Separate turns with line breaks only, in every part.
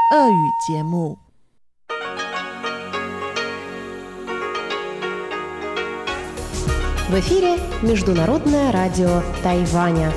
俄语节目。
В эфире Международное радио Тайваня.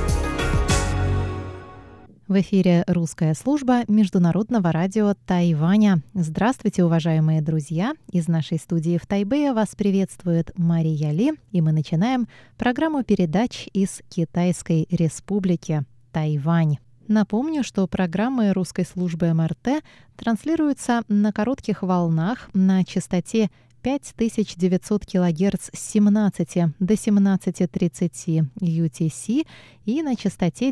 В эфире русская служба Международного радио Тайваня. Здравствуйте, уважаемые друзья! Из нашей студии в Тайбэе вас приветствует Мария Ли, и мы начинаем программу передач из Китайской Республики Тайвань. Напомню, что программы русской службы МРТ транслируются на коротких волнах на частоте 5900 кГц с 17 до 17:30 UTC и на частоте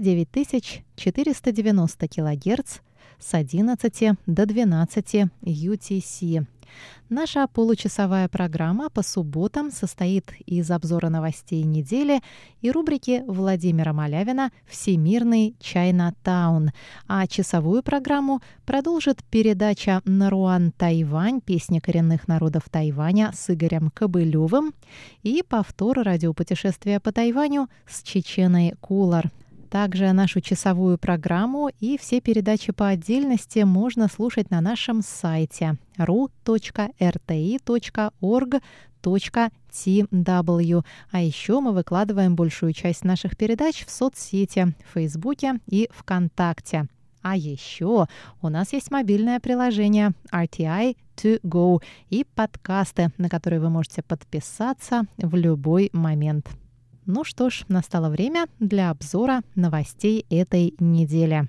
9490 кГц с 11 до 12 UTC. Наша получасовая программа по субботам состоит из обзора новостей недели и рубрики Владимира Малявина «Всемирный Чайна-таун», а часовую программу продолжит передача «Наруан Тайвань. Песни коренных народов Тайваня» с Игорем Кобылевым и повтор радиопутешествия по Тайваню с Чеченой Кулар. Также нашу часовую программу и все передачи по отдельности можно слушать на нашем сайте ru.rti.org.tw. А еще мы выкладываем большую часть наших передач в соцсети, в Фейсбуке и ВКонтакте. А еще у нас есть мобильное приложение RTI To Go и подкасты, на которые вы можете подписаться в любой момент. Ну что ж, настало время для обзора новостей этой недели.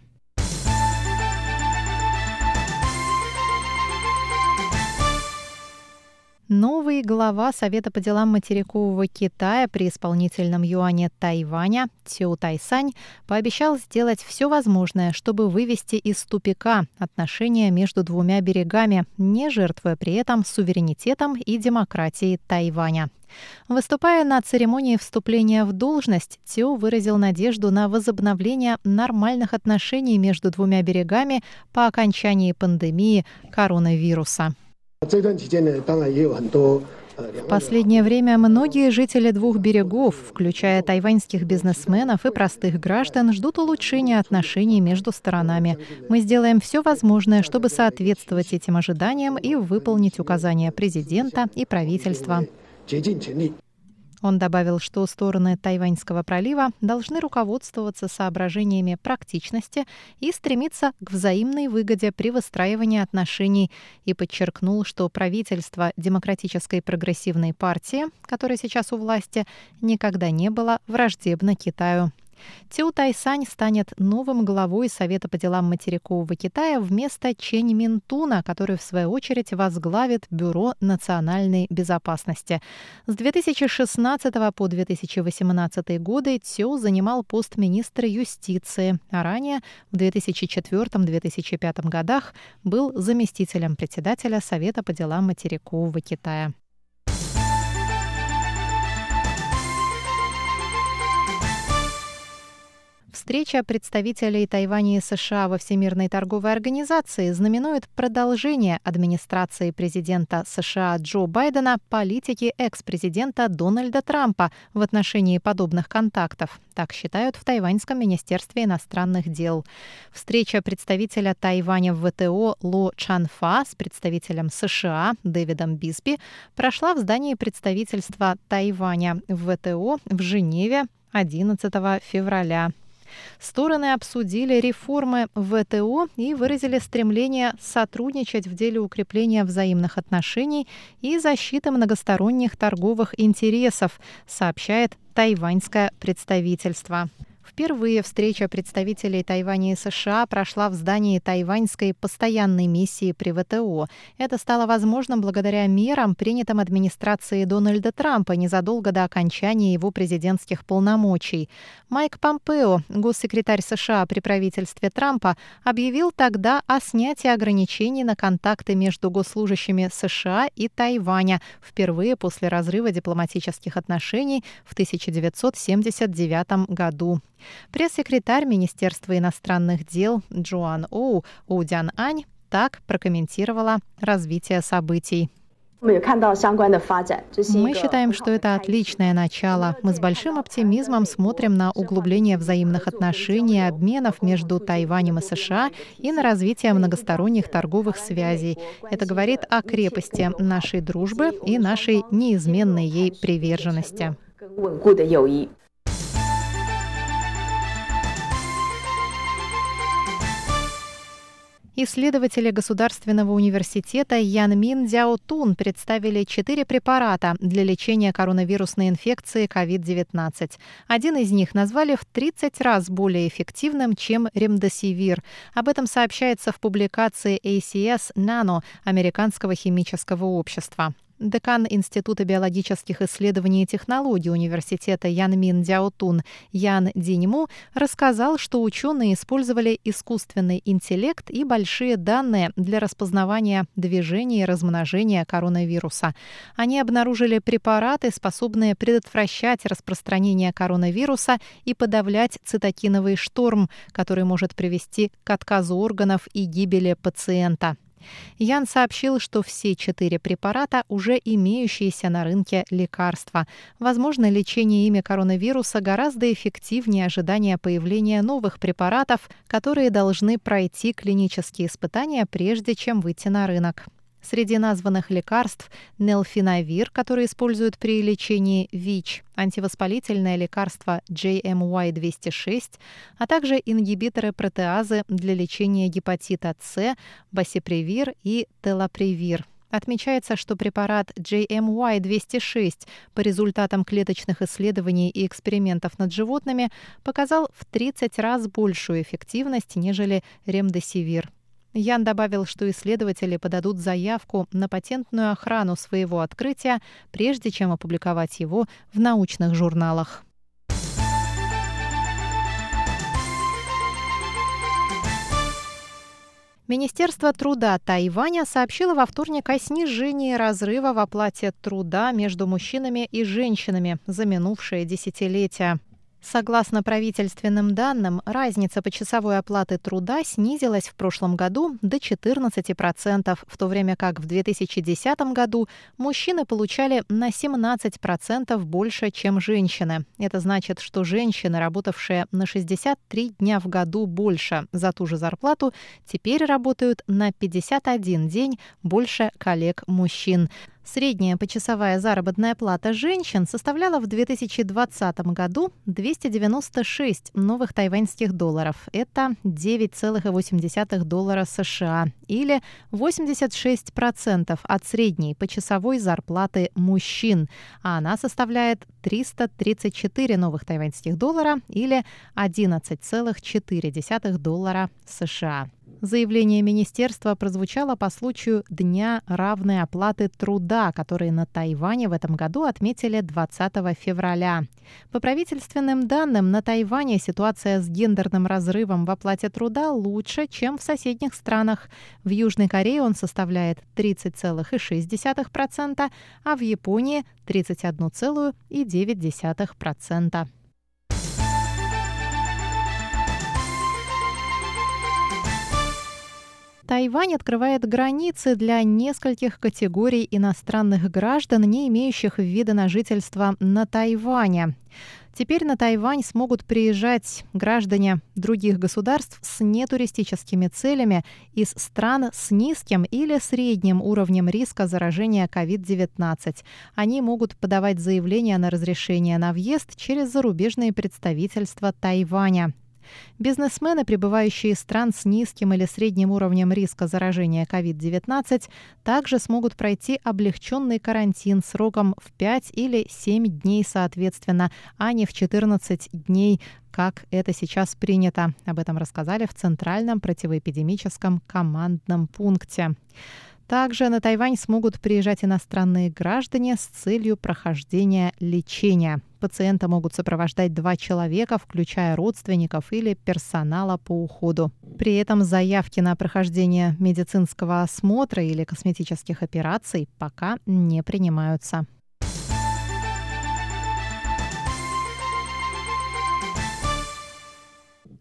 Новый глава Совета по делам материкового Китая при исполнительном юане Тайваня Цю Тайсань пообещал сделать все возможное, чтобы вывести из тупика отношения между двумя берегами, не жертвуя при этом суверенитетом и демократией Тайваня. Выступая на церемонии вступления в должность, Цю выразил надежду на возобновление нормальных отношений между двумя берегами по окончании пандемии коронавируса. В последнее время многие жители двух берегов, включая тайваньских бизнесменов и простых граждан, ждут улучшения отношений между сторонами. Мы сделаем все возможное, чтобы соответствовать этим ожиданиям и выполнить указания президента и правительства. Он добавил, что стороны Тайваньского пролива должны руководствоваться соображениями практичности и стремиться к взаимной выгоде при выстраивании отношений, и подчеркнул, что правительство Демократической прогрессивной партии, которое сейчас у власти, никогда не было враждебно Китаю. Цю Тайсань станет новым главой Совета по делам материкового Китая вместо Чэнь Минтуна, который, в свою очередь, возглавит Бюро национальной безопасности. С 2016 по 2018 годы Цю занимал пост министра юстиции, а ранее, в 2004-2005 годах, был заместителем председателя Совета по делам материкового Китая. Встреча представителей Тайваня и США во Всемирной торговой организации знаменует продолжение администрации президента США Джо Байдена политики экс-президента Дональда Трампа в отношении подобных контактов. Так считают в Тайваньском министерстве иностранных дел. Встреча представителя Тайваня в ВТО Ло Чанфа с представителем США Дэвидом Бисби прошла в здании представительства Тайваня в ВТО в Женеве 11 февраля. Стороны обсудили реформы в ВТО и выразили стремление сотрудничать в деле укрепления взаимных отношений и защиты многосторонних торговых интересов, сообщает тайваньское представительство. Впервые встреча представителей Тайваня и США прошла в здании тайваньской постоянной миссии при ВТО. Это стало возможным благодаря мерам, принятым администрацией Дональда Трампа незадолго до окончания его президентских полномочий. Майк Помпео, госсекретарь США при правительстве Трампа, объявил тогда о снятии ограничений на контакты между госслужащими США и Тайваня впервые после разрыва дипломатических отношений в 1979 году. Пресс-секретарь Министерства иностранных дел Джоан Оу Оудян Ань так прокомментировала развитие событий. Мы считаем, что это отличное начало. Мы с большим оптимизмом смотрим на углубление взаимных отношений и обменов между Тайванем и США и на развитие многосторонних торговых связей. Это говорит о крепости нашей дружбы и нашей неизменной ей приверженности. Исследователи Государственного университета Янмин Дзяотун представили 4 препарата для лечения коронавирусной инфекции COVID-19. Один из них назвали в 30 раз более эффективным, чем ремдесивир. Об этом сообщается в публикации ACS Nano Американского химического общества. Декан Института биологических исследований и технологий университета Янмин Дзяотун Ян Диньму рассказал, что ученые использовали искусственный интеллект и большие данные для распознавания движения и размножения коронавируса. Они обнаружили препараты, способные предотвращать распространение коронавируса и подавлять цитокиновый шторм, который может привести к отказу органов и гибели пациента. Ян сообщил, что все 4 препарата уже имеющиеся на рынке лекарства. Возможно, лечение ими коронавируса гораздо эффективнее ожидания появления новых препаратов, которые должны пройти клинические испытания, прежде чем выйти на рынок. Среди названных лекарств нелфинавир, который используют при лечении ВИЧ, антивоспалительное лекарство JMY-206, а также ингибиторы протеазы для лечения гепатита С, басипривир и телапривир. Отмечается, что препарат JMY-206 по результатам клеточных исследований и экспериментов над животными показал в 30 раз большую эффективность, нежели ремдесивир. Ян добавил, что исследователи подадут заявку на патентную охрану своего открытия, прежде чем опубликовать его в научных журналах. Министерство труда Тайваня сообщило во вторник о снижении разрыва в оплате труда между мужчинами и женщинами за минувшее десятилетие. Согласно правительственным данным, разница почасовой оплаты труда снизилась в прошлом году до 14%, в то время как в 2010 году мужчины получали на 17% больше, чем женщины. Это значит, что женщины, работавшие на 63 дня в году больше за ту же зарплату, теперь работают на 51 день больше коллег-мужчин. Средняя почасовая заработная плата женщин составляла в 2020 году 296 новых тайваньских долларов. Это $9,8 США или 86% от средней почасовой зарплаты мужчин. А она составляет 334 новых тайваньских доллара или $11,4 США. Заявление министерства прозвучало по случаю Дня равной оплаты труда, который на Тайване в этом году отметили 20 февраля. По правительственным данным, на Тайване ситуация с гендерным разрывом в оплате труда лучше, чем в соседних странах. В Южной Корее он составляет 30,6%, а в Японии – 31,9%. Тайвань открывает границы для нескольких категорий иностранных граждан, не имеющих вида на жительство на Тайване. Теперь на Тайвань смогут приезжать граждане других государств с нетуристическими целями из стран с низким или средним уровнем риска заражения COVID-19. Они могут подавать заявления на разрешение на въезд через зарубежные представительства Тайваня. Бизнесмены, прибывающие из стран с низким или средним уровнем риска заражения COVID-19, также смогут пройти облегченный карантин сроком в 5 или 7 дней соответственно, а не в 14 дней, как это сейчас принято. Об этом рассказали в Центральном противоэпидемическом командном пункте. Также на Тайвань смогут приезжать иностранные граждане с целью прохождения лечения. Пациента могут сопровождать 2 человека, включая родственников или персонала по уходу. При этом заявки на прохождение медицинского осмотра или косметических операций пока не принимаются.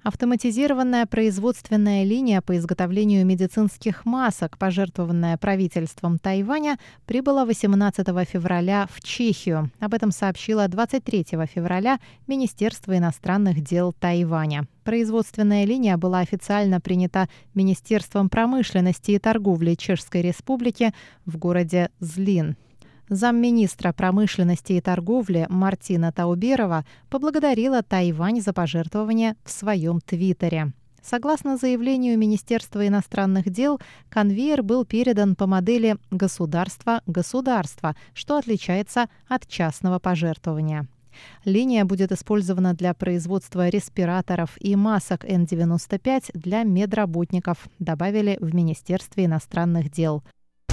Автоматизированная производственная линия по изготовлению медицинских масок, пожертвованная правительством Тайваня, прибыла 18 февраля в Чехию. Об этом сообщило 23 февраля Министерство иностранных дел Тайваня. Производственная линия была официально принята Министерством промышленности и торговли Чешской Республики в городе Злин. Замминистра промышленности и торговли Мартина Тауберова поблагодарила Тайвань за пожертвование в своем твиттере. Согласно заявлению Министерства иностранных дел, конвейер был передан по модели «государство-государство», что отличается от частного пожертвования. Линия будет использована для производства респираторов и масок N95 для медработников, добавили в Министерстве иностранных дел.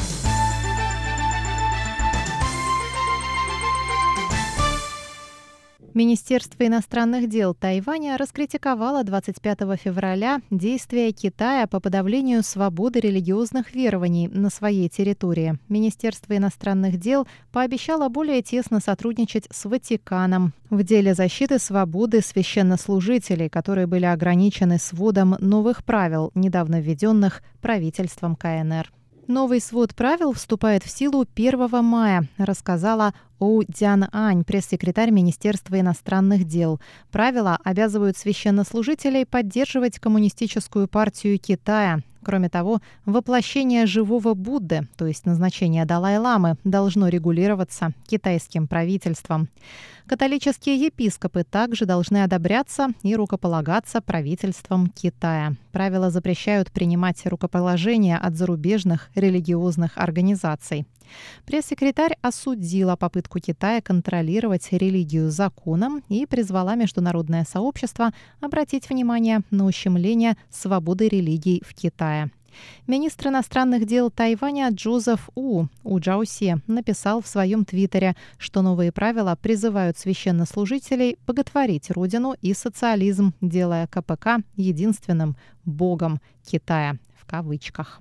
Министерство иностранных дел Тайваня раскритиковало 25 февраля действия Китая по подавлению свободы религиозных верований на своей территории. Министерство иностранных дел пообещало более тесно сотрудничать с Ватиканом в деле защиты свободы священнослужителей, которые были ограничены сводом новых правил, недавно введенных правительством КНР. Новый свод правил вступает в силу 1 мая, рассказала Оу Дзян-Ань, пресс-секретарь Министерства иностранных дел. Правила обязывают священнослужителей поддерживать Коммунистическую партию Китая. Кроме того, воплощение живого Будды, то есть назначение Далай-ламы, должно регулироваться китайским правительством. Католические епископы также должны одобряться и рукополагаться правительством Китая. Правила запрещают принимать рукоположения от зарубежных религиозных организаций. Пресс-секретарь осудила попытку Китая контролировать религию законом и призвала международное сообщество обратить внимание на ущемление свободы религий в Китае. Министр иностранных дел Тайваня Джозеф У Джаусе написал в своем твиттере, что новые правила призывают священнослужителей боготворить родину и социализм, делая КПК единственным богом Китая в кавычках.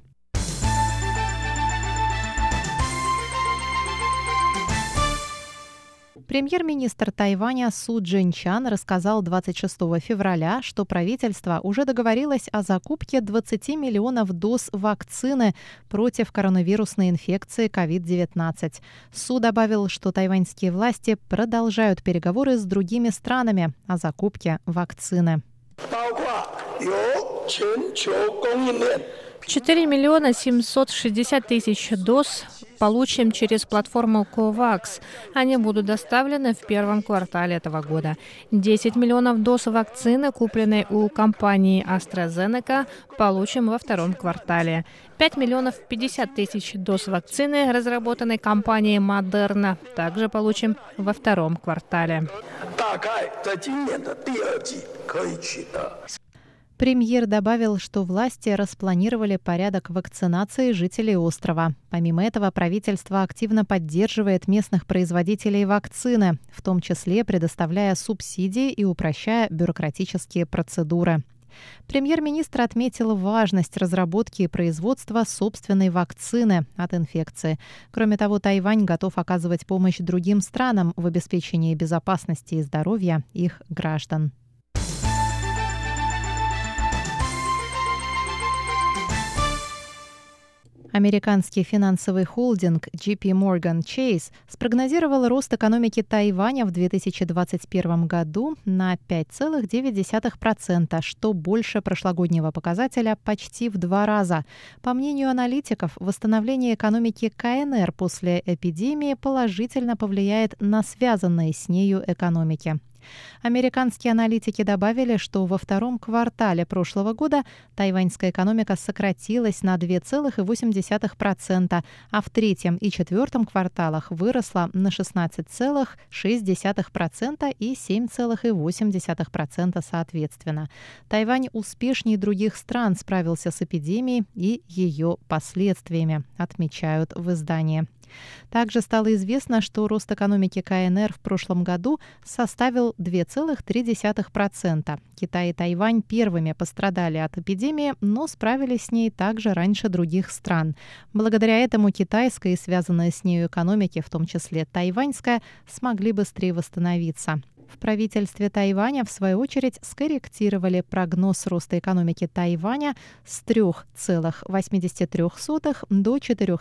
Премьер-министр Тайваня Су Чжэньчан рассказал 26 февраля, что правительство уже договорилось о закупке 20 миллионов доз вакцины против коронавирусной инфекции COVID-19. Су добавил, что тайваньские власти продолжают переговоры с другими странами о закупке вакцины.
4 миллиона 760 тысяч доз получим через платформу COVAX. Они будут доставлены в первом квартале этого года. 10 миллионов доз вакцины, купленной у компании AstraZeneca, получим во втором квартале. 5 миллионов 50 тысяч доз вакцины, разработанной компанией Moderna, также получим во втором квартале.
Премьер добавил, что власти распланировали порядок вакцинации жителей острова. Помимо этого, правительство активно поддерживает местных производителей вакцины, в том числе предоставляя субсидии и упрощая бюрократические процедуры. Премьер-министр отметил важность разработки и производства собственной вакцины от инфекции. Кроме того, Тайвань готов оказывать помощь другим странам в обеспечении безопасности и здоровья их граждан. Американский финансовый холдинг JP Morgan Chase спрогнозировал рост экономики Тайваня в 2021 году на 5,9%, что больше прошлогоднего показателя почти в 2 раза. По мнению аналитиков, восстановление экономики КНР после эпидемии положительно повлияет на связанные с нею экономики. Американские аналитики добавили, что во втором квартале прошлого года тайваньская экономика сократилась на 2,8%, а в третьем и четвертом кварталах выросла на 16,6% и 7,8% соответственно. Тайвань успешнее других стран справился с эпидемией и ее последствиями, отмечают в издании. Также стало известно, что рост экономики КНР в прошлом году составил 2,3%. Китай и Тайвань первыми пострадали от эпидемии, но справились с ней также раньше других стран. Благодаря этому китайская и связанная с нею экономики, в том числе тайваньская, смогли быстрее восстановиться. В правительстве Тайваня, в свою очередь, скорректировали прогноз роста экономики Тайваня с 3,83 до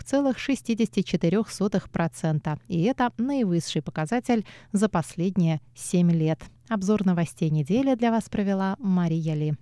4,64%. И это наивысший показатель за последние 7 лет. Обзор новостей недели для вас провела Мария Ли.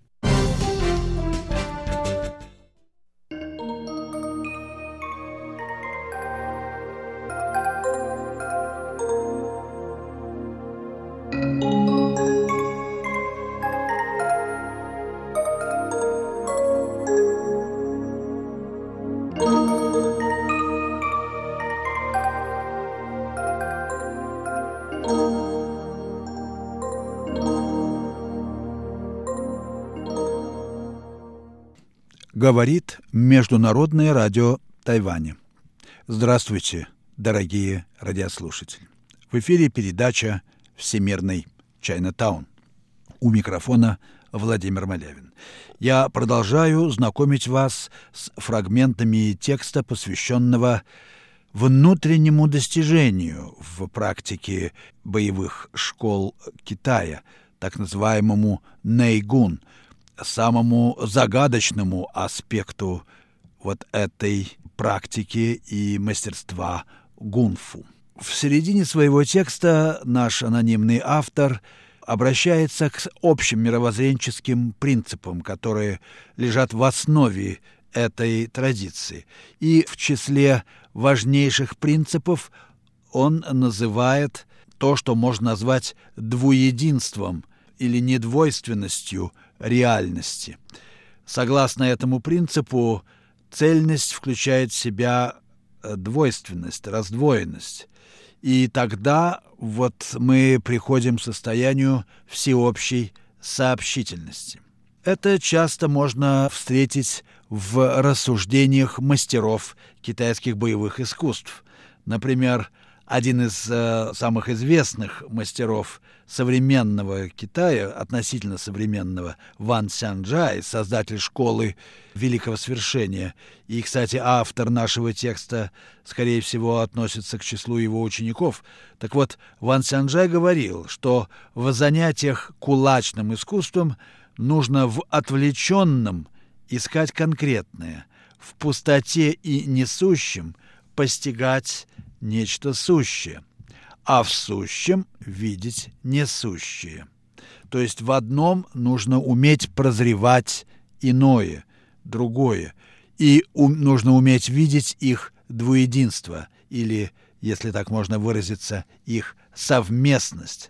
Говорит Международное радио Тайваня. Здравствуйте, дорогие радиослушатели. В эфире передача «Всемирный Чайнатаун». У микрофона Владимир Малявин. Я продолжаю знакомить вас с фрагментами текста, посвященного внутреннему достижению в практике боевых школ Китая, так называемому нэйгун, самому загадочному аспекту вот этой практики и мастерства гунфу. В середине своего текста наш анонимный автор обращается к общим мировоззренческим принципам, которые лежат в основе этой традиции. И в числе важнейших принципов он называет то, что можно назвать двуединством или недвойственностью реальности. Согласно этому принципу, цельность включает в себя двойственность, раздвоенность. И тогда вот мы приходим к состоянию всеобщей сообщительности. Это часто можно встретить в рассуждениях мастеров китайских боевых искусств. Например, один из самых известных мастеров современного Китая, относительно современного, Ван Сяньчжай, создатель школы великого свершения. И, кстати, автор нашего текста, скорее всего, относится к числу его учеников. Так вот, Ван Сяньчжай говорил, что в занятиях кулачным искусством нужно в отвлеченном искать конкретное, в пустоте и несущем постигать нечто сущее, а в сущем видеть несущее. То есть в одном нужно уметь прозревать иное, другое, и нужно уметь видеть их двуединство, или, если так можно выразиться, их совместность.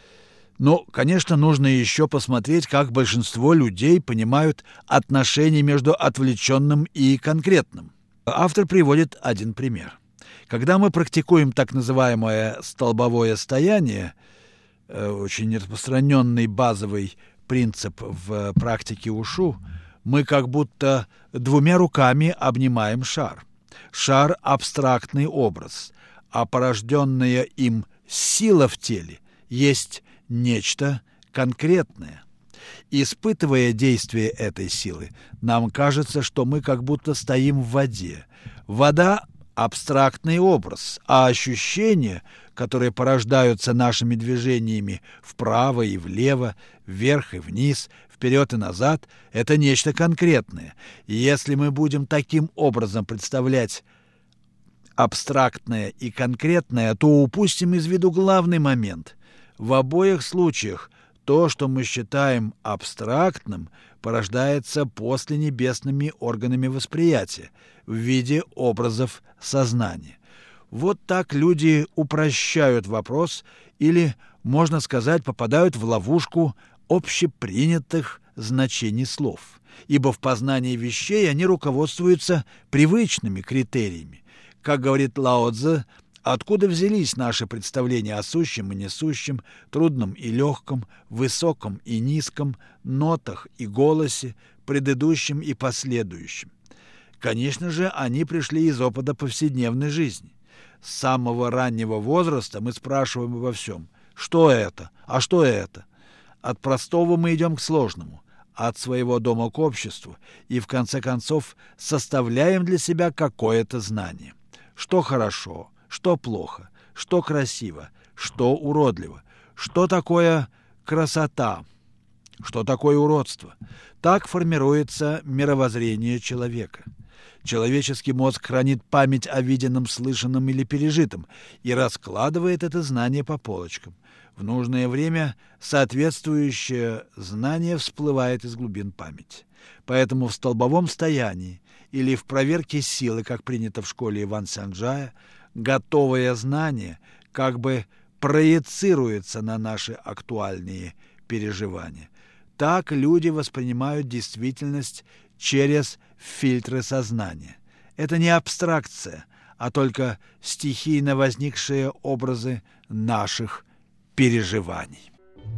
Но, конечно, нужно еще посмотреть, как большинство людей понимают отношения между отвлеченным и конкретным. Автор приводит один пример. Когда мы практикуем так называемое столбовое стояние, очень распространенный базовый принцип в практике ушу, мы как будто двумя руками обнимаем шар. Шар – абстрактный образ, а порожденная им сила в теле есть нечто конкретное. Испытывая действие этой силы, нам кажется, что мы как будто стоим в воде. Вода – абстрактный образ, а ощущения, которые порождаются нашими движениями вправо и влево, вверх и вниз, вперед и назад, это нечто конкретное. И если мы будем таким образом представлять абстрактное и конкретное, то упустим из виду главный момент. В обоих случаях то, что мы считаем абстрактным, порождается после небесными органами восприятия в виде образов сознания. Вот так люди упрощают вопрос или, можно сказать, попадают в ловушку общепринятых значений слов, ибо в познании вещей они руководствуются привычными критериями. Как говорит Лао Цзэ, откуда взялись наши представления о сущем и несущем, трудном и легком, высоком и низком, нотах и голосе, предыдущем и последующем? Конечно же, они пришли из опыта повседневной жизни. С самого раннего возраста мы спрашиваем обо всем. Что это? А что это? От простого мы идем к сложному, от своего дома к обществу, и в конце концов составляем для себя какое-то знание. Что хорошо, что плохо, что красиво, что уродливо, что такое красота, что такое уродство. Так формируется мировоззрение человека. Человеческий мозг хранит память о виденном, слышанном или пережитом и раскладывает это знание по полочкам. В нужное время соответствующее знание всплывает из глубин памяти. Поэтому в столбовом стоянии или в проверке силы, как принято в школе Иван Сянджая, готовое знание как бы проецируется на наши актуальные переживания. Так люди воспринимают действительность через фильтры сознания. Это не абстракция, а только стихийно возникшие образы наших переживаний.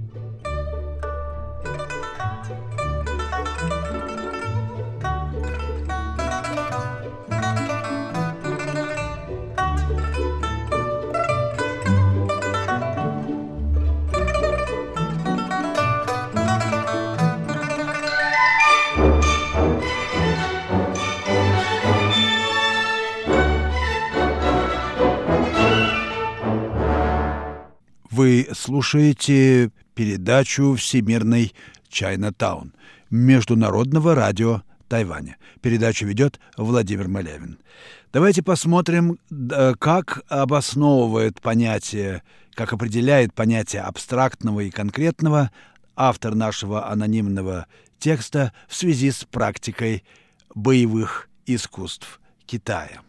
Вы слушаете передачу «Всемирный Чайна-таун» Международного радио Тайваня. Передачу ведет Владимир Малявин. Давайте посмотрим, как обосновывает понятие, как определяет понятие абстрактного и конкретного автор нашего анонимного текста в связи с практикой боевых искусств Китая.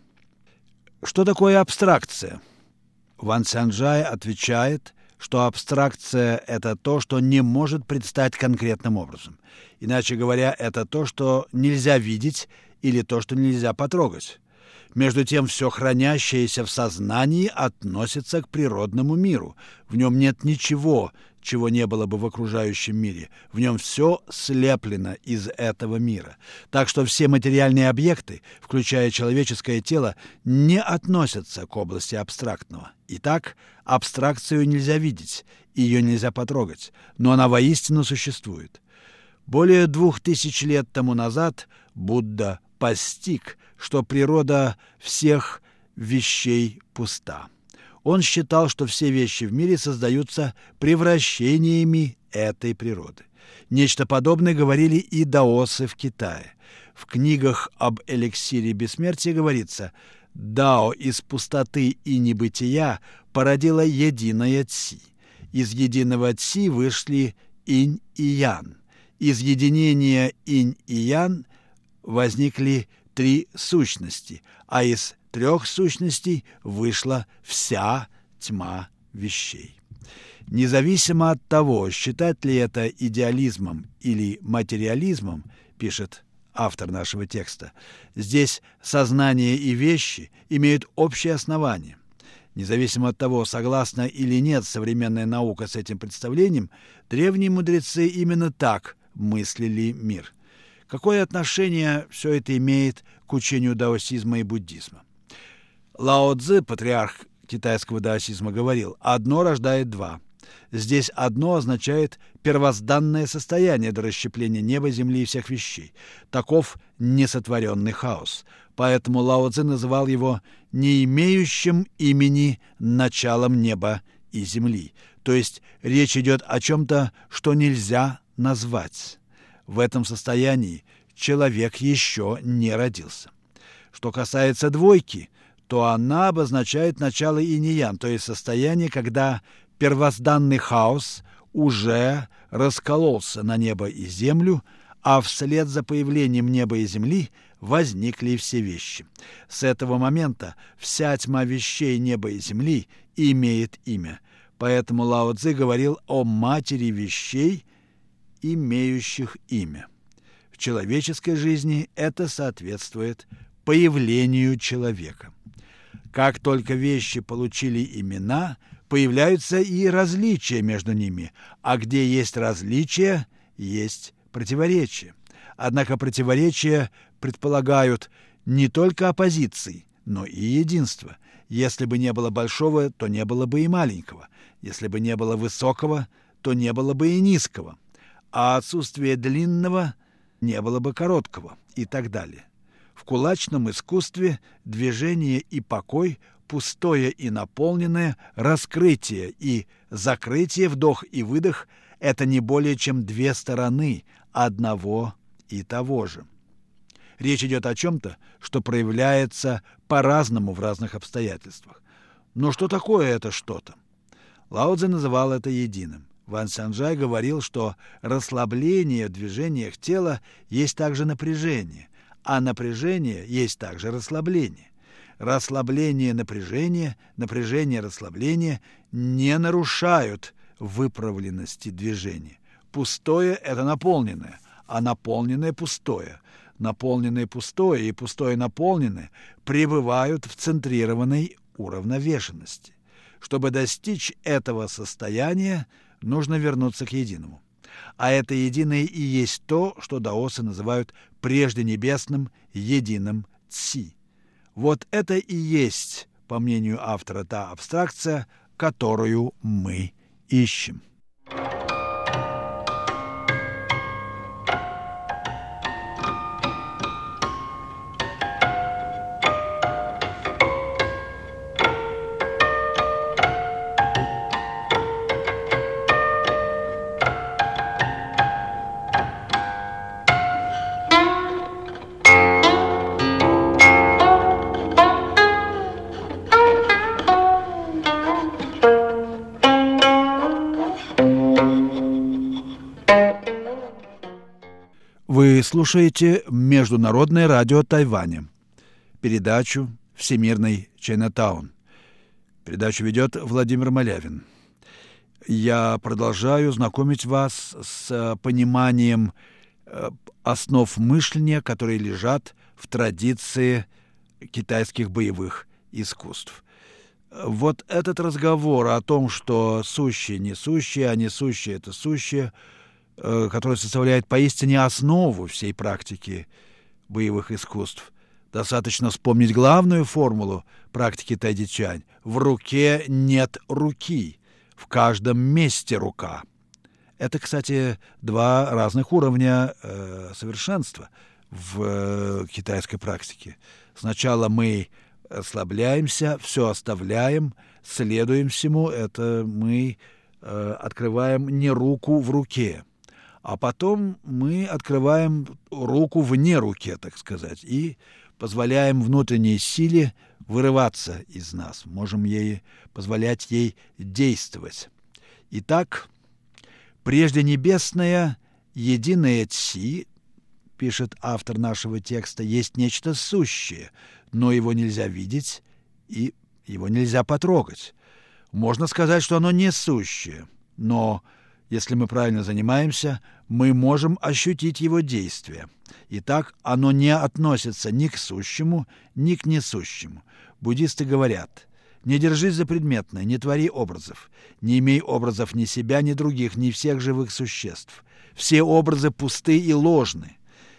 Что такое абстракция? Ван Сянджай отвечает, что абстракция – это то, что не может предстать конкретным образом. Иначе говоря, это то, что нельзя видеть, или то, что нельзя потрогать. Между тем, все хранящееся в сознании относится к природному миру. В нем нет ничего, чего не было бы в окружающем мире. В нем все слеплено из этого мира. Так что все материальные объекты, включая человеческое тело, не относятся к области абстрактного. Итак, абстракцию нельзя видеть, ее нельзя потрогать, но она воистину существует. Более 2000 лет тому назад Будда постиг, что природа всех вещей пуста. Он считал, что все вещи в мире создаются превращениями этой природы. Нечто подобное говорили и даосы в Китае. В книгах об эликсире бессмертия говорится: «Дао из пустоты и небытия породило единое Ци. Из единого Ци вышли инь и ян. Из единения инь и ян возникли 3 сущности, а из 3 сущностей вышла вся тьма вещей». Независимо от того, считать ли это идеализмом или материализмом, пишет автор нашего текста, здесь сознание и вещи имеют общее основание. Независимо от того, согласна или нет современная наука с этим представлением, древние мудрецы именно так мыслили мир. Какое отношение все это имеет к учению даосизма и буддизма? Лао Цзы, патриарх китайского даосизма, говорил: «Одно рождает 2». Здесь одно означает первозданное состояние до расщепления неба, земли и всех вещей. Таков несотворенный хаос. Поэтому Лао Цзы называл его не имеющим имени началом неба и земли. То есть речь идет о чем-то, что нельзя назвать. В этом состоянии человек еще не родился. Что касается двойки, то она обозначает начало инь-ян, то есть состояние, когда первозданный хаос уже раскололся на небо и землю, а вслед за появлением неба и земли возникли все вещи. С этого момента вся тьма вещей неба и земли имеет имя. Поэтому Лао Цзы говорил о матери вещей, имеющих имя. В человеческой жизни это соответствует появлению человека. Как только вещи получили имена, появляются и различия между ними, а где есть различия, есть противоречия. Однако противоречия предполагают не только оппозиции, но и единство. Если бы не было большого, то не было бы и маленького. Если бы не было высокого, то не было бы и низкого. А отсутствие длинного не было бы короткого и так далее. В кулачном искусстве движение и покой пустое и наполненное, раскрытие и закрытие, вдох и выдох – это не более чем две стороны одного и того же. Речь идет о чем-то, что проявляется по-разному в разных обстоятельствах. Но что такое это что-то? Лао Цзэ называл это единым. Ван Сяньчжай говорил, что расслабление в движениях тела есть также напряжение, а напряжение есть также расслабление. Расслабление напряжения, напряжение расслабления не нарушают выправленности движения. Пустое – это наполненное, а наполненное – пустое. Наполненное пустое и пустое наполненное пребывают в центрированной уравновешенности. Чтобы достичь этого состояния, нужно вернуться к единому. А это единое и есть то, что даосы называют прежде небесным единым ци. Вот это и есть, по мнению автора, та абстракция, которую мы ищем. Вы слушаете Международное радио Тайваня, передачу «Всемирный Чайнатаун». Передачу ведет Владимир Малявин. Я продолжаю знакомить вас с пониманием основ мышления, которые лежат в традиции китайских боевых искусств. Вот этот разговор о том, что сущее не сущее, а не сущее это сущее, который составляет поистине основу всей практики боевых искусств. Достаточно вспомнить главную формулу практики тайди-чань. В руке нет руки, в каждом месте рука. Это, кстати, два разных уровня совершенства в китайской практике. Сначала мы расслабляемся, все оставляем, следуем всему. Это мы открываем не руку в руке. А потом мы открываем руку вне руки, так сказать, и позволяем внутренней силе вырываться из нас, можем позволять ей действовать. Итак, прежде небесное единое ци, пишет автор нашего текста, есть нечто сущее, но его нельзя видеть и его нельзя потрогать. Можно сказать, что оно не сущее, но если мы правильно занимаемся, мы можем ощутить его действие. Итак, оно не относится ни к сущему, ни к несущему. Буддисты говорят: не держись за предметное, не твори образов, не имей образов ни себя, ни других, ни всех живых существ. Все образы пусты и ложны.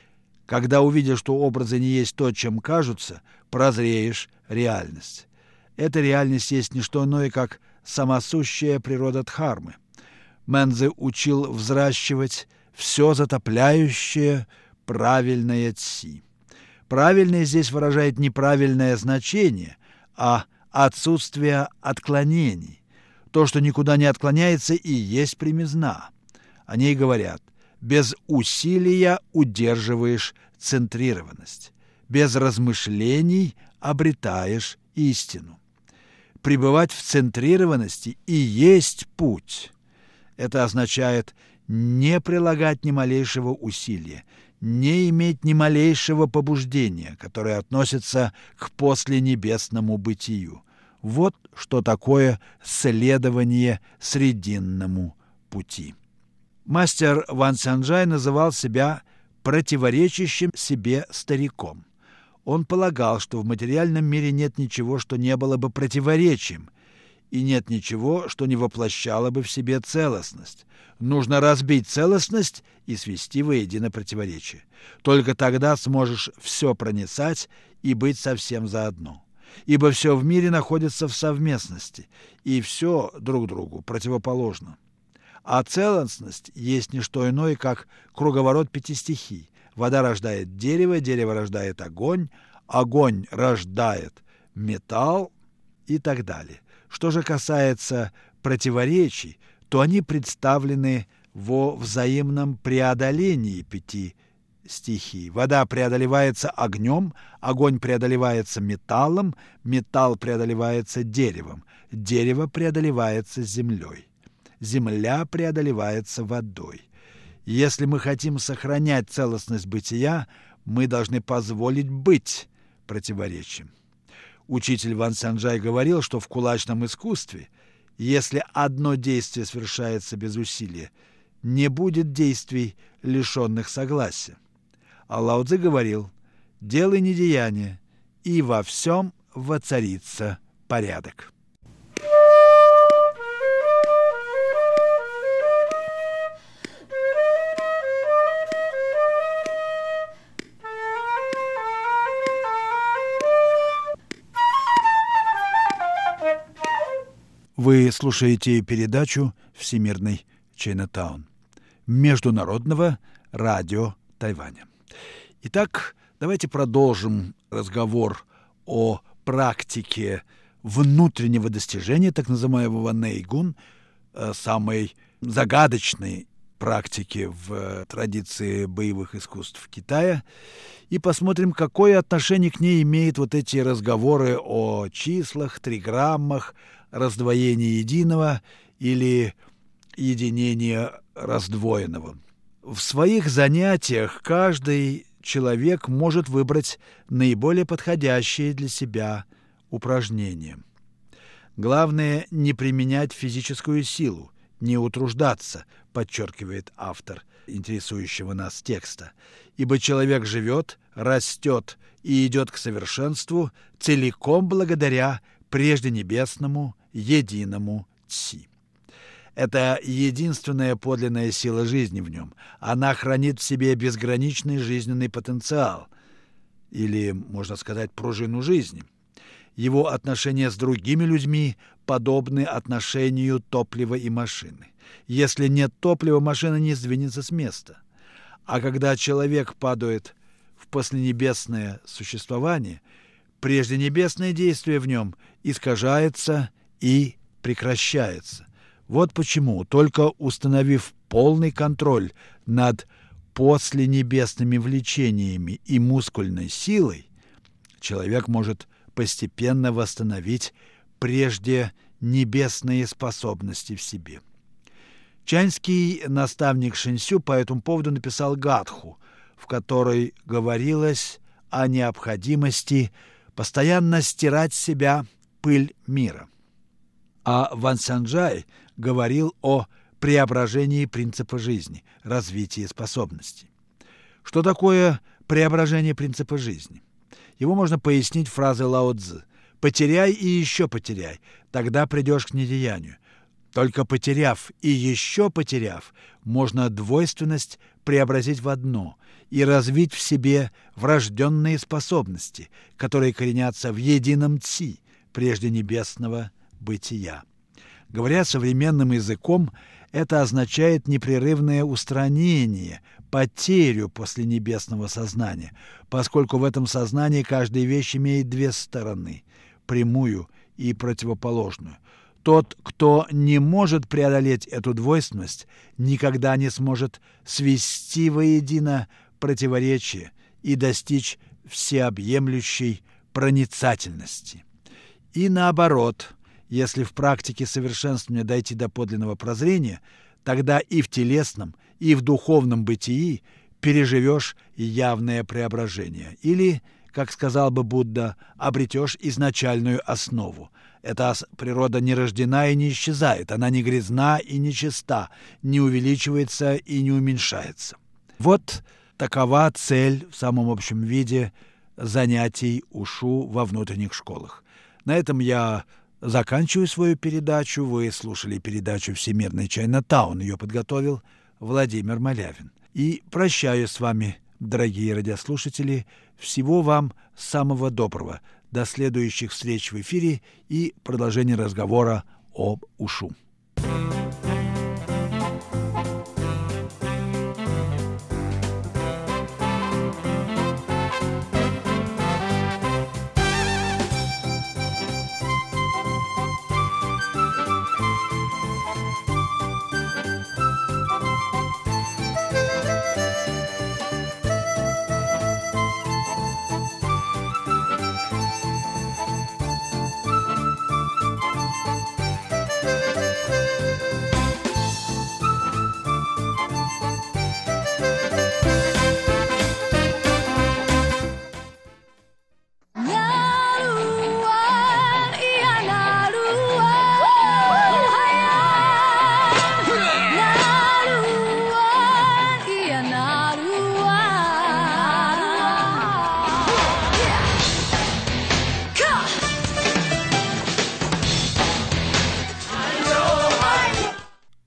Когда увидишь, что образы не есть то, чем кажутся, прозреешь реальность. Эта реальность есть не что иное, как самосущая природа дхармы. Мэнцзы учил взращивать все затопляющее правильное ци. Правильное здесь выражает не правильное значение, а отсутствие отклонений. То, что никуда не отклоняется, и есть примизна. О ней говорят: без усилия удерживаешь центрированность, без размышлений обретаешь истину. Пребывать в центрированности и есть путь. Это означает не прилагать ни малейшего усилия, не иметь ни малейшего побуждения, которое относится к посленебесному бытию. Вот что такое следование срединному пути. Мастер Ван Сяньчжай называл себя противоречащим себе стариком. Он полагал, что в материальном мире нет ничего, что не было бы противоречием, и нет ничего, что не воплощало бы в себе целостность. Нужно разбить целостность и свести воедино противоречие. Только тогда сможешь все проницать и быть совсем заодно. Ибо все в мире находится в совместности, и все друг другу противоположно. А целостность есть не что иное, как круговорот пяти стихий. Вода рождает дерево, дерево рождает огонь, огонь рождает металл, и так далее. Что же касается противоречий, то они представлены во взаимном преодолении 5 стихий. Вода преодолевается огнем, огонь преодолевается металлом, металл преодолевается деревом, дерево преодолевается землей, земля преодолевается водой. Если мы хотим сохранять целостность бытия, мы должны позволить быть противоречием. Учитель Ван Сяньчжай говорил, что в кулачном искусстве, если одно действие совершается без усилия, не будет действий, лишенных согласия. А Лао Цзы говорил: «Делай недеяние, и во всем воцарится порядок». Вы слушаете передачу «Всемирный Чайнатаун» Международного радио Тайваня. Итак, давайте продолжим разговор о практике внутреннего достижения, так называемого нэйгун, самой загадочной практики в традиции боевых искусств Китая, и посмотрим, какое отношение к ней имеют вот эти разговоры о числах, триграммах, раздвоении единого или единении раздвоенного. В своих занятиях каждый человек может выбрать наиболее подходящее для себя упражнение. Главное — не применять физическую силу, не утруждаться, подчеркивает автор интересующего нас текста, ибо человек живет, растет и идет к совершенству целиком благодаря прежде небесному единому Ци. Это единственная подлинная сила жизни в нем. Она хранит в себе безграничный жизненный потенциал, или, можно сказать, пружину жизни. Его отношения с другими людьми подобны отношению топлива и машины. Если нет топлива, машина не сдвинется с места. А когда человек падает в посленебесное существование, прежденебесное действие в нем искажается и прекращается. Вот почему, только установив полный контроль над посленебесными влечениями и мускульной силой, человек может постепенно восстановить прежде небесные способности в себе. Чаньский наставник Шэньсю по этому поводу написал гатху, в которой говорилось о необходимости постоянно стирать с себя пыль мира. А Ван Сяньчжай говорил о преображении принципа жизни, развитии способностей. Что такое преображение принципа жизни? Его можно пояснить фразой Лао Цзы: «Потеряй и еще потеряй, тогда придешь к недеянию. Только потеряв и еще потеряв, можно двойственность преобразить в одно и развить в себе врожденные способности, которые коренятся в едином Ци, прежде небесного бытия». Говоря современным языком, это означает непрерывное устранение, потерю после небесного сознания, поскольку в этом сознании каждая вещь имеет две стороны – прямую и противоположную. Тот, кто не может преодолеть эту двойственность, никогда не сможет свести воедино противоречие и достичь всеобъемлющей проницательности. И наоборот, если в практике совершенствования дойти до подлинного прозрения, тогда и в телесном, и в духовном бытии переживешь явное преображение. Или, как сказал бы Будда, обретешь изначальную основу. Эта природа не рождена и не исчезает, она не грязна и не чиста, не увеличивается и не уменьшается. Вот такова цель в самом общем виде занятий ушу во внутренних школах. На этом я заканчиваю свою передачу. Вы слушали передачу «Всемирный Чайнатаун». Ее подготовил Владимир Малявин. И прощаюсь с вами, дорогие радиослушатели. Всего вам самого доброго. До следующих встреч в эфире и продолжения разговора об ушу.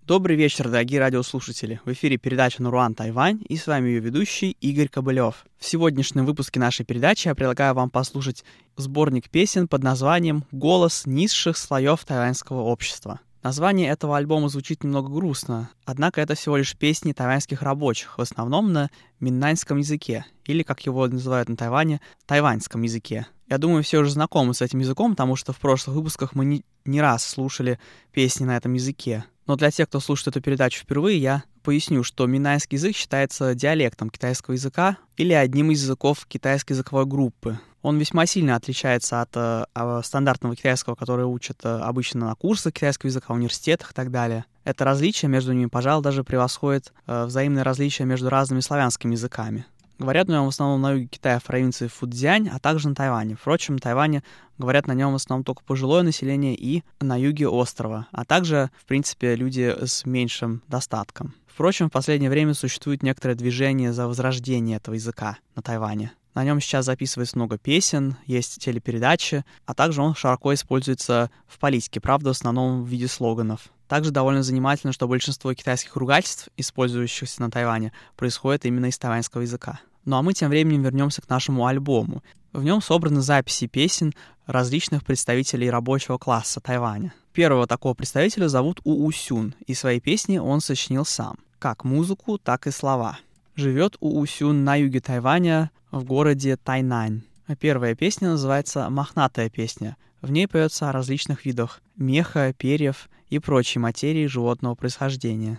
Добрый вечер, дорогие радиослушатели. В эфире передача «Наруан Тайвань» и с вами ее ведущий Игорь Кобылев. В сегодняшнем выпуске нашей передачи я предлагаю вам послушать сборник песен под названием «Голос низших слоев тайваньского общества». Название этого альбома звучит немного грустно, однако это всего лишь песни тайваньских рабочих, в основном на миннаньском языке, или, как его называют на Тайване, тайваньском языке. Я думаю, все уже знакомы с этим языком, потому что в прошлых выпусках мы не раз слушали песни на этом языке. Но для тех, кто слушает эту передачу впервые, я поясню, что миннаньский язык считается диалектом китайского языка или одним из языков китайской языковой группы. Он весьма сильно отличается от стандартного китайского, который учат обычно на курсах китайского языка, в университетах и так далее. Это различие между ними, пожалуй, даже превосходит взаимные различия между разными славянскими языками. Говорят на нем в основном на юге Китая в провинции Фуцзянь, а также на Тайване. Впрочем, на Тайване говорят на нем в основном только пожилое население и на юге острова, а также, в принципе, люди с меньшим достатком. Впрочем, в последнее время существует некоторое движение за возрождение этого языка на Тайване. На нем сейчас записывается много песен, есть телепередачи, а также он широко используется в политике, правда, в основном в виде слоганов. Также довольно занимательно, что большинство китайских ругательств, использующихся на Тайване, происходит именно из тайваньского языка. Ну а мы тем временем вернемся к нашему альбому. В нем собраны записи песен различных представителей рабочего класса Тайваня. Первого такого представителя зовут У Сюн, и свои песни он сочинил сам, как музыку, так и слова. Живет У Сюн на юге Тайваня, в городе Тайнань. Первая песня называется «Мохнатая песня». В ней поется о различных видах меха, перьев и прочей материи животного происхождения.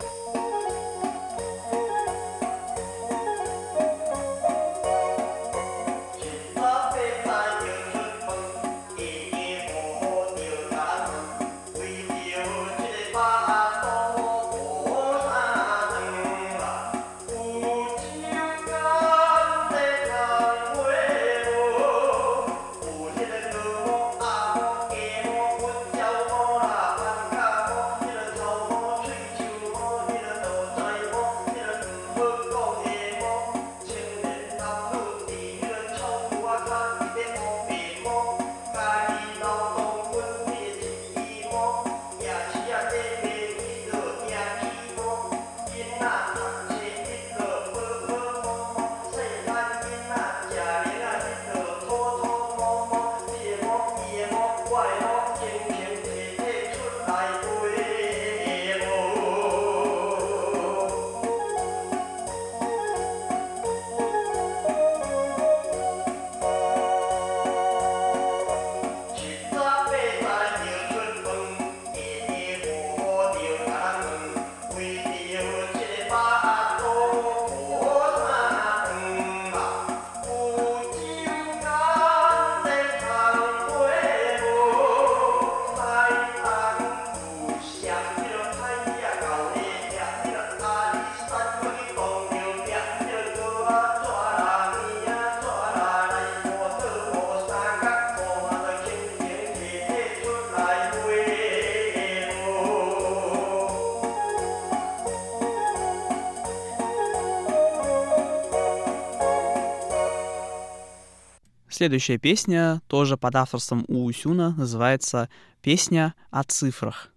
Следующая песня, тоже под авторством У Сюна, называется «Песня о цифрах».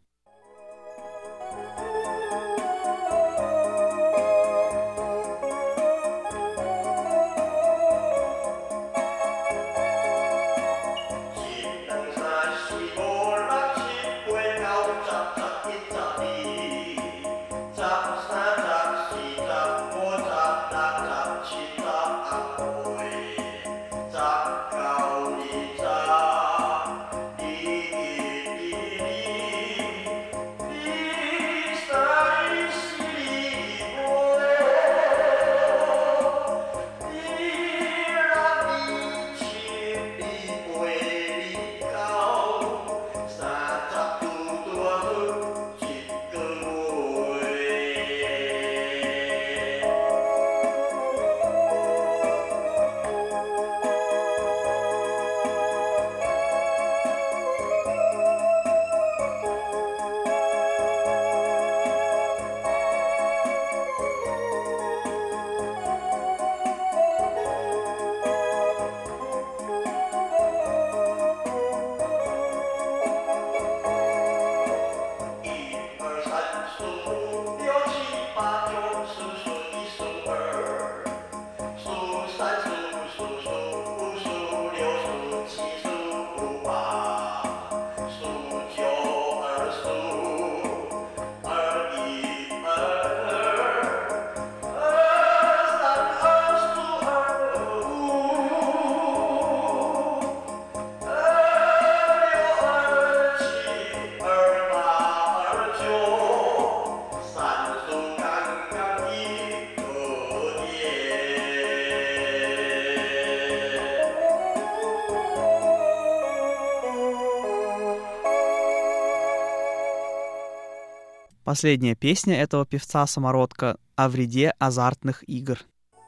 Последняя песня этого певца-самородка о вреде азартных игр.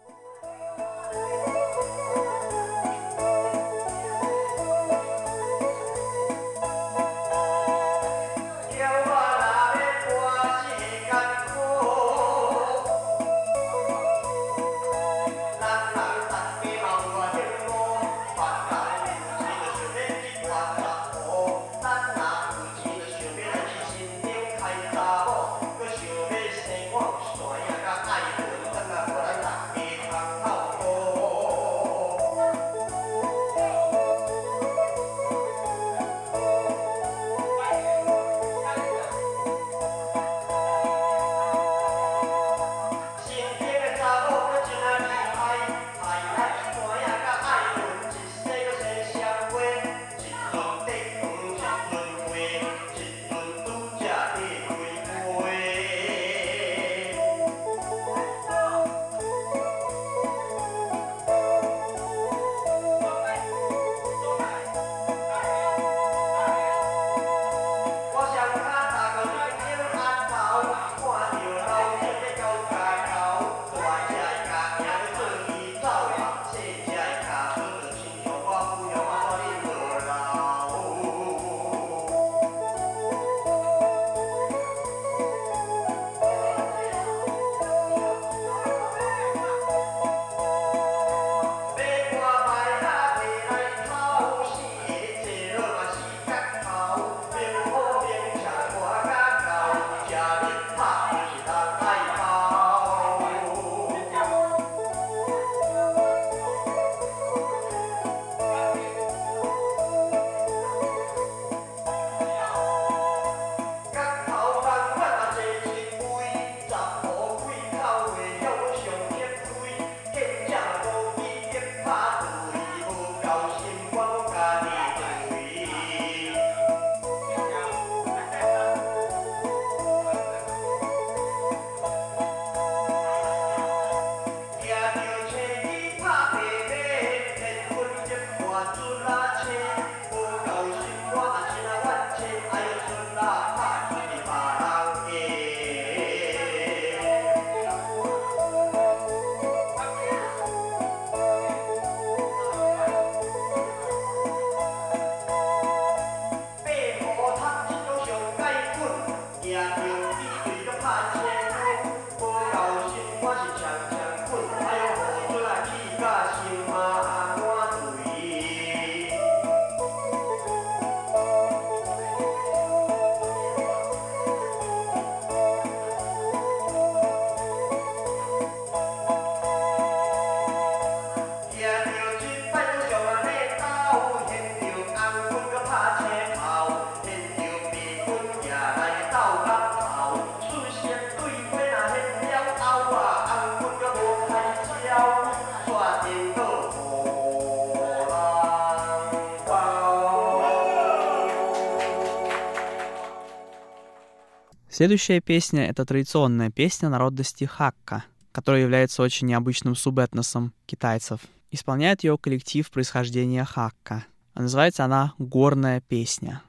Следующая песня — это традиционная песня народности Хакка, которая является очень необычным субэтносом китайцев. Исполняет ее коллектив происхождения Хакка. А называется она «Горная песня».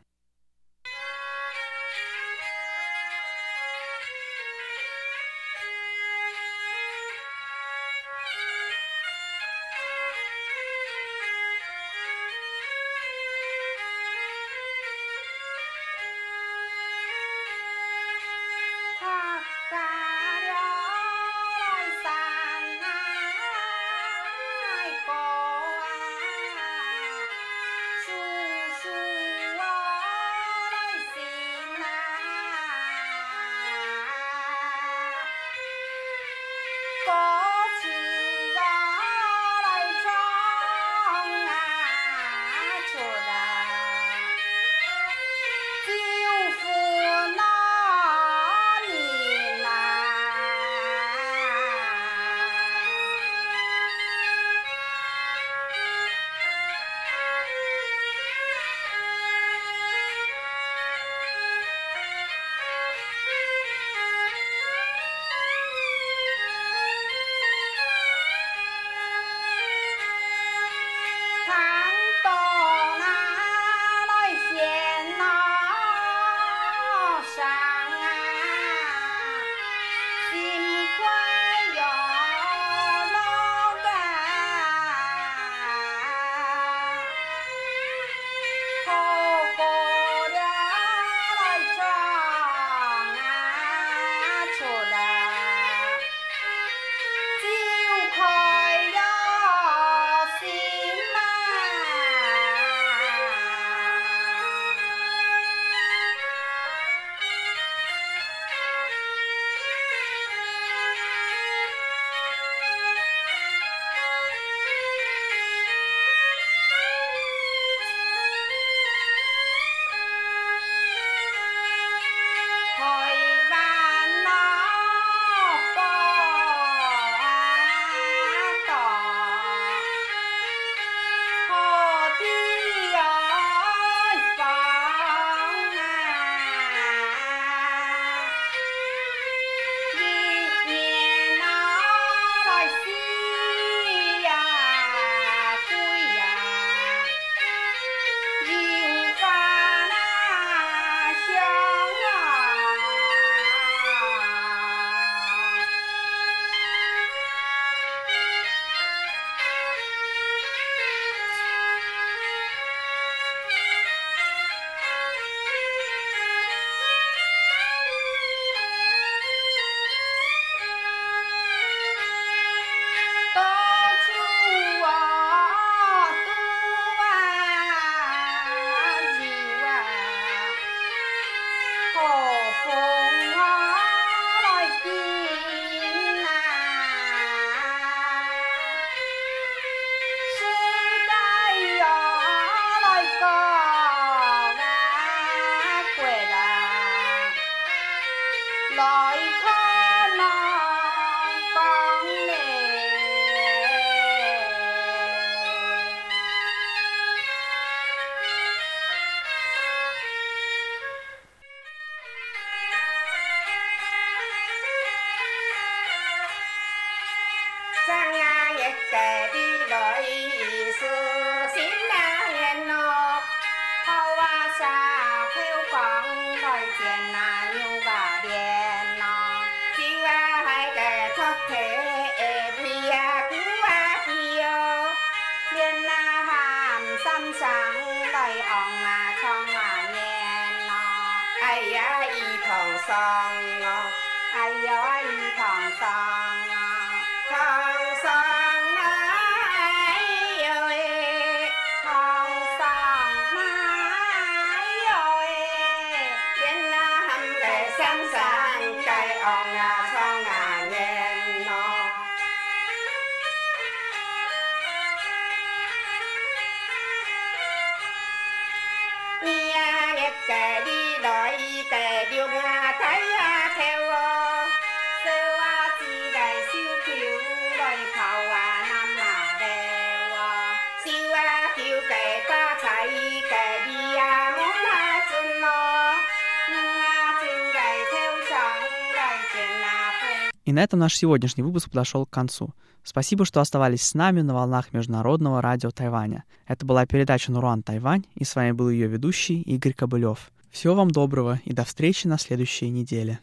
И на этом наш сегодняшний выпуск подошел к концу. Спасибо, что оставались с нами на волнах Международного радио Тайваня. Это была передача «Наруан Тайвань», и с вами был ее ведущий Игорь Кобылев. Всего вам доброго и до встречи на следующей неделе.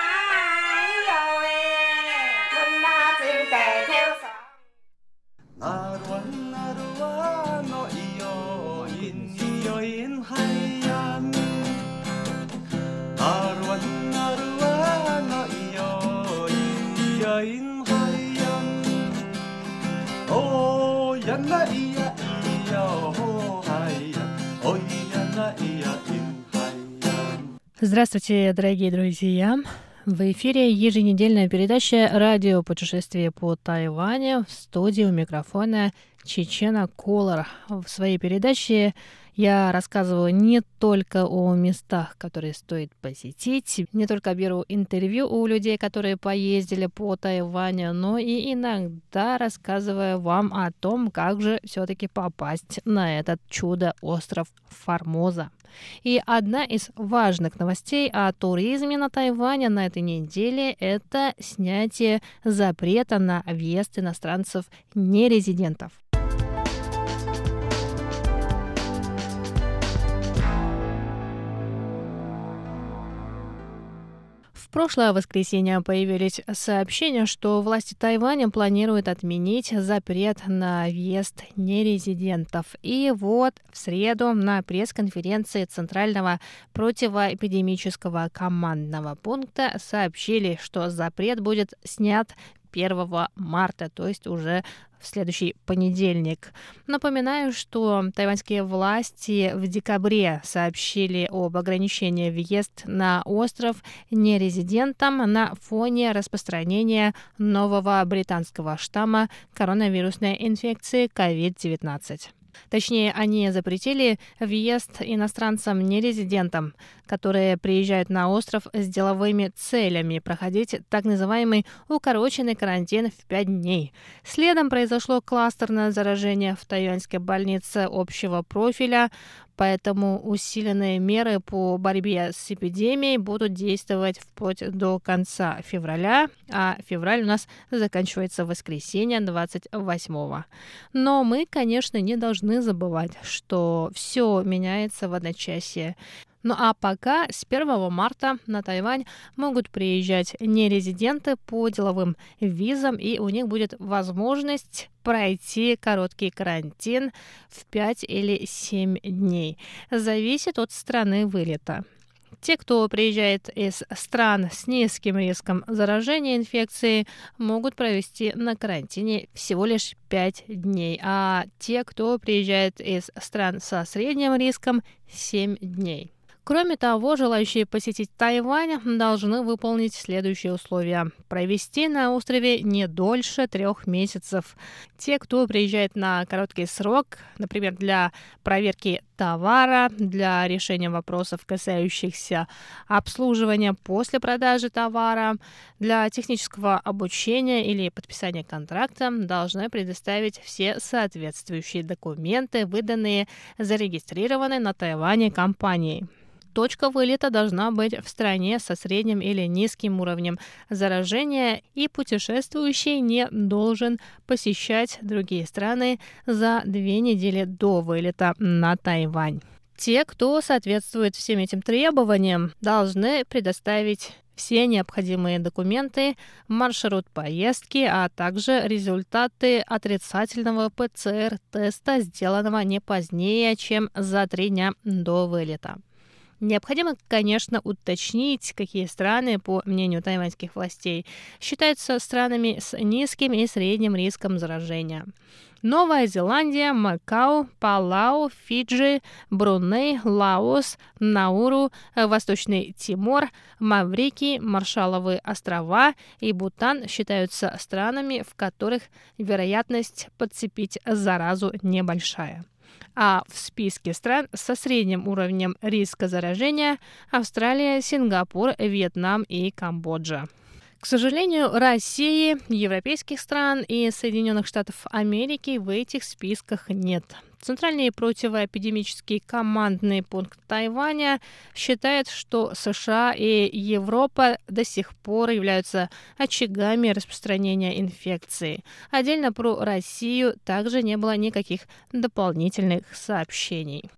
Здравствуйте, дорогие друзья! В эфире еженедельная передача «Радио путешествие по Тайваню», в студии у микрофона Чечена Колор. В своей передаче я рассказываю не только о местах, которые стоит посетить, не только беру интервью у людей, которые поездили по Тайваню, но и иногда рассказываю вам о том, как же все-таки попасть на этот чудо-остров Формоза. И одна из важных новостей о туризме на Тайване на этой неделе – это снятие запрета на въезд иностранцев-нерезидентов. В прошлое воскресенье появились сообщения, что власти Тайваня планируют отменить запрет на въезд нерезидентов. И вот в среду на пресс-конференции Центрального противоэпидемического командного пункта сообщили, что запрет будет снят 1 марта, то есть уже в следующий понедельник. Напоминаю, что тайваньские власти в декабре сообщили об ограничении въезд на остров нерезидентам на фоне распространения нового британского штамма коронавирусной инфекции COVID-19. Точнее, они запретили въезд иностранцам-нерезидентам, которые приезжают на остров с деловыми целями, проходить так называемый укороченный карантин в 5 дней. Следом произошло кластерное заражение в тайваньской больнице общего профиля, поэтому усиленные меры по борьбе с эпидемией будут действовать вплоть до конца февраля, а февраль у нас заканчивается в воскресенье 28-го. Но мы, конечно, не должны забывать, что все меняется в одночасье. Ну а пока с 1 марта на Тайвань могут приезжать нерезиденты по деловым визам, и у них будет возможность пройти короткий карантин в 5 или 7 дней. Зависит от страны вылета. Те, кто приезжает из стран с низким риском заражения инфекцией, могут провести на карантине всего лишь 5 дней, а те, кто приезжает из стран со средним риском, 7 дней. Кроме того, желающие посетить Тайвань должны выполнить следующие условия. Провести на острове не дольше 3 месяцев. Те, кто приезжает на короткий срок, например, для проверки товара, для решения вопросов, касающихся обслуживания после продажи товара, для технического обучения или подписания контракта, должны предоставить все соответствующие документы, выданные зарегистрированной на Тайване компанией. Точка вылета должна быть в стране со средним или низким уровнем заражения, и путешествующий не должен посещать другие страны за 2 недели до вылета на Тайвань. Те, кто соответствует всем этим требованиям, должны предоставить все необходимые документы, маршрут поездки, а также результаты отрицательного ПЦР-теста, сделанного не позднее, чем за 3 дня до вылета. Необходимо, конечно, уточнить, какие страны, по мнению тайваньских властей, считаются странами с низким и средним риском заражения. Новая Зеландия, Макао, Палау, Фиджи, Бруней, Лаос, Науру, Восточный Тимор, Маврикий, Маршалловы острова и Бутан считаются странами, в которых вероятность подцепить заразу небольшая. А в списке стран со средним уровнем риска заражения Австралия, Сингапур, Вьетнам и Камбоджа. К сожалению, России, европейских стран и Соединенных Штатов Америки в этих списках нет. Центральный противоэпидемический командный пункт Тайваня считает, что США и Европа до сих пор являются очагами распространения инфекции. Отдельно про Россию также не было никаких дополнительных сообщений.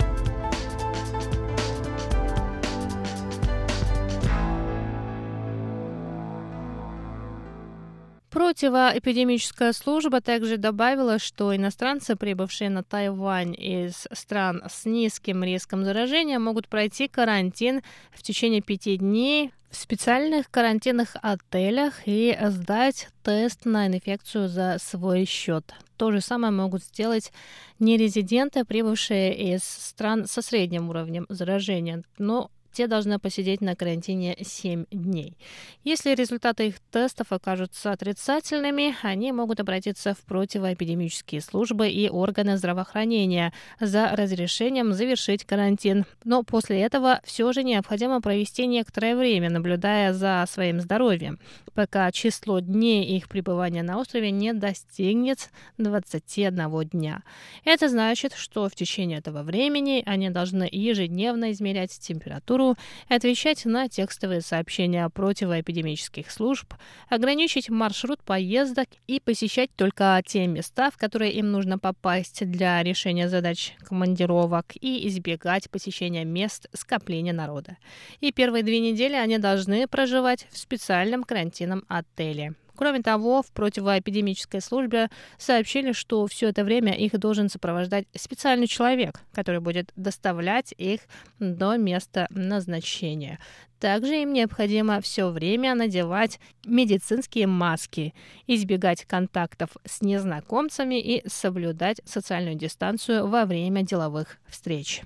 Противоэпидемическая служба также добавила, что иностранцы, прибывшие на Тайвань из стран с низким риском заражения, могут пройти карантин в течение 5 дней в специальных карантинных отелях и сдать тест на инфекцию за свой счет. То же самое могут сделать нерезиденты, прибывшие из стран со средним уровнем заражения, но те должны посидеть на карантине 7 дней. Если результаты их тестов окажутся отрицательными, они могут обратиться в противоэпидемические службы и органы здравоохранения за разрешением завершить карантин. Но после этого все же необходимо провести некоторое время, наблюдая за своим здоровьем, пока число дней их пребывания на острове не достигнет 21 дня. Это значит, что в течение этого времени они должны ежедневно измерять температуру, отвечать на текстовые сообщения противоэпидемических служб, ограничить маршрут поездок и посещать только те места, в которые им нужно попасть для решения задач командировок, и избегать посещения мест скопления народа. И первые 2 недели они должны проживать в специальном карантинном отеле. Кроме того, в противоэпидемической службе сообщили, что все это время их должен сопровождать специальный человек, который будет доставлять их до места назначения. Также им необходимо все время надевать медицинские маски, избегать контактов с незнакомцами и соблюдать социальную дистанцию во время деловых встреч.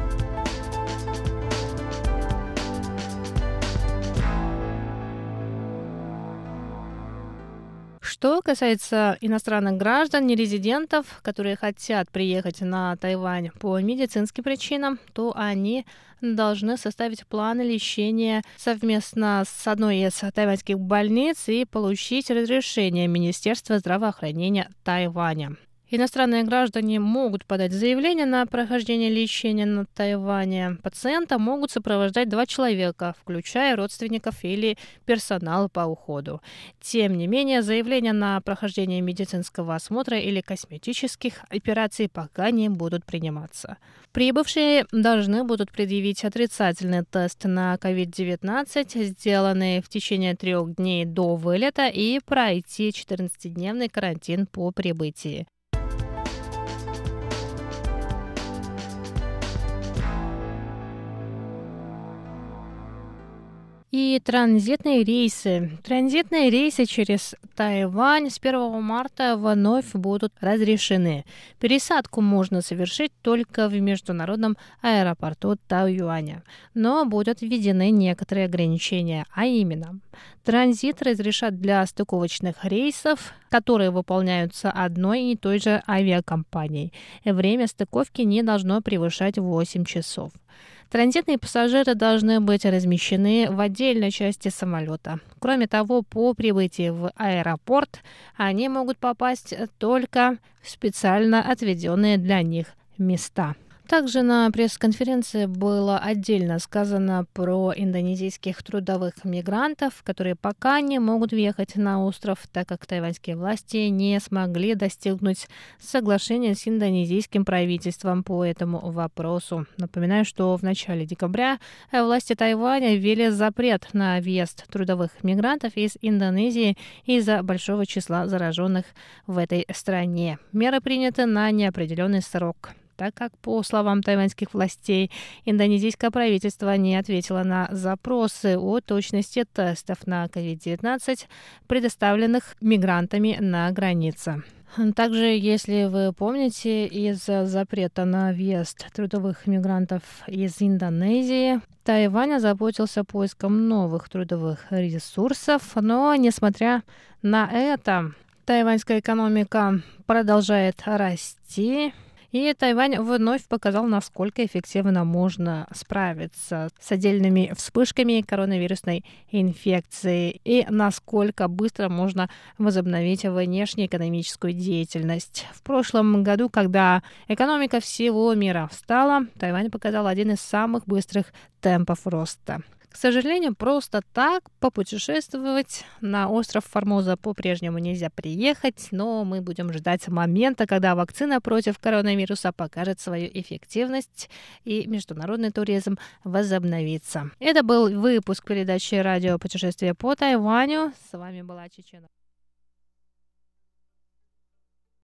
Что касается иностранных граждан, нерезидентов, которые хотят приехать на Тайвань по медицинским причинам, то они должны составить планы лечения совместно с одной из тайваньских больниц и получить разрешение Министерства здравоохранения Тайваня. Иностранные граждане могут подать заявление на прохождение лечения на Тайване. Пациента могут сопровождать 2 человека, включая родственников или персонал по уходу. Тем не менее, заявления на прохождение медицинского осмотра или косметических операций пока не будут приниматься. Прибывшие должны будут предъявить отрицательный тест на COVID-19, сделанный в течение 3 дней до вылета, и пройти 14-дневный карантин по прибытии. И транзитные рейсы. Транзитные рейсы через Тайвань с 1 марта вновь будут разрешены. Пересадку можно совершить только в международном аэропорту Тайюаня. Но будут введены некоторые ограничения, а именно: транзит разрешат для стыковочных рейсов, которые выполняются одной и той же авиакомпанией. Время стыковки не должно превышать 8 часов. Транзитные пассажиры должны быть размещены в отдельной части самолета. Кроме того, по прибытии в аэропорт они могут попасть только в специально отведенные для них места. Также на пресс-конференции было отдельно сказано про индонезийских трудовых мигрантов, которые пока не могут въехать на остров, так как тайваньские власти не смогли достигнуть соглашения с индонезийским правительством по этому вопросу. Напоминаю, что в начале декабря власти Тайваня ввели запрет на въезд трудовых мигрантов из Индонезии из-за большого числа зараженных в этой стране. Меры приняты на неопределенный срок, так как, по словам тайваньских властей, индонезийское правительство не ответило на запросы о точности тестов на COVID-19, предоставленных мигрантами на границе. Также, если вы помните, из-за запрета на въезд трудовых мигрантов из Индонезии Тайвань озаботился поиском новых трудовых ресурсов, но, несмотря на это, тайваньская экономика продолжает расти, и Тайвань вновь показал, насколько эффективно можно справиться с отдельными вспышками коронавирусной инфекции и насколько быстро можно возобновить внешнеэкономическую деятельность. В прошлом году, когда экономика всего мира встала, Тайвань показал один из самых быстрых темпов роста. К сожалению, просто так попутешествовать на остров Формоза по-прежнему нельзя приехать, но мы будем ждать момента, когда вакцина против коронавируса покажет свою эффективность и международный туризм возобновится. Это был выпуск передачи «Радио путешествия по Тайваню». С вами была Чечена.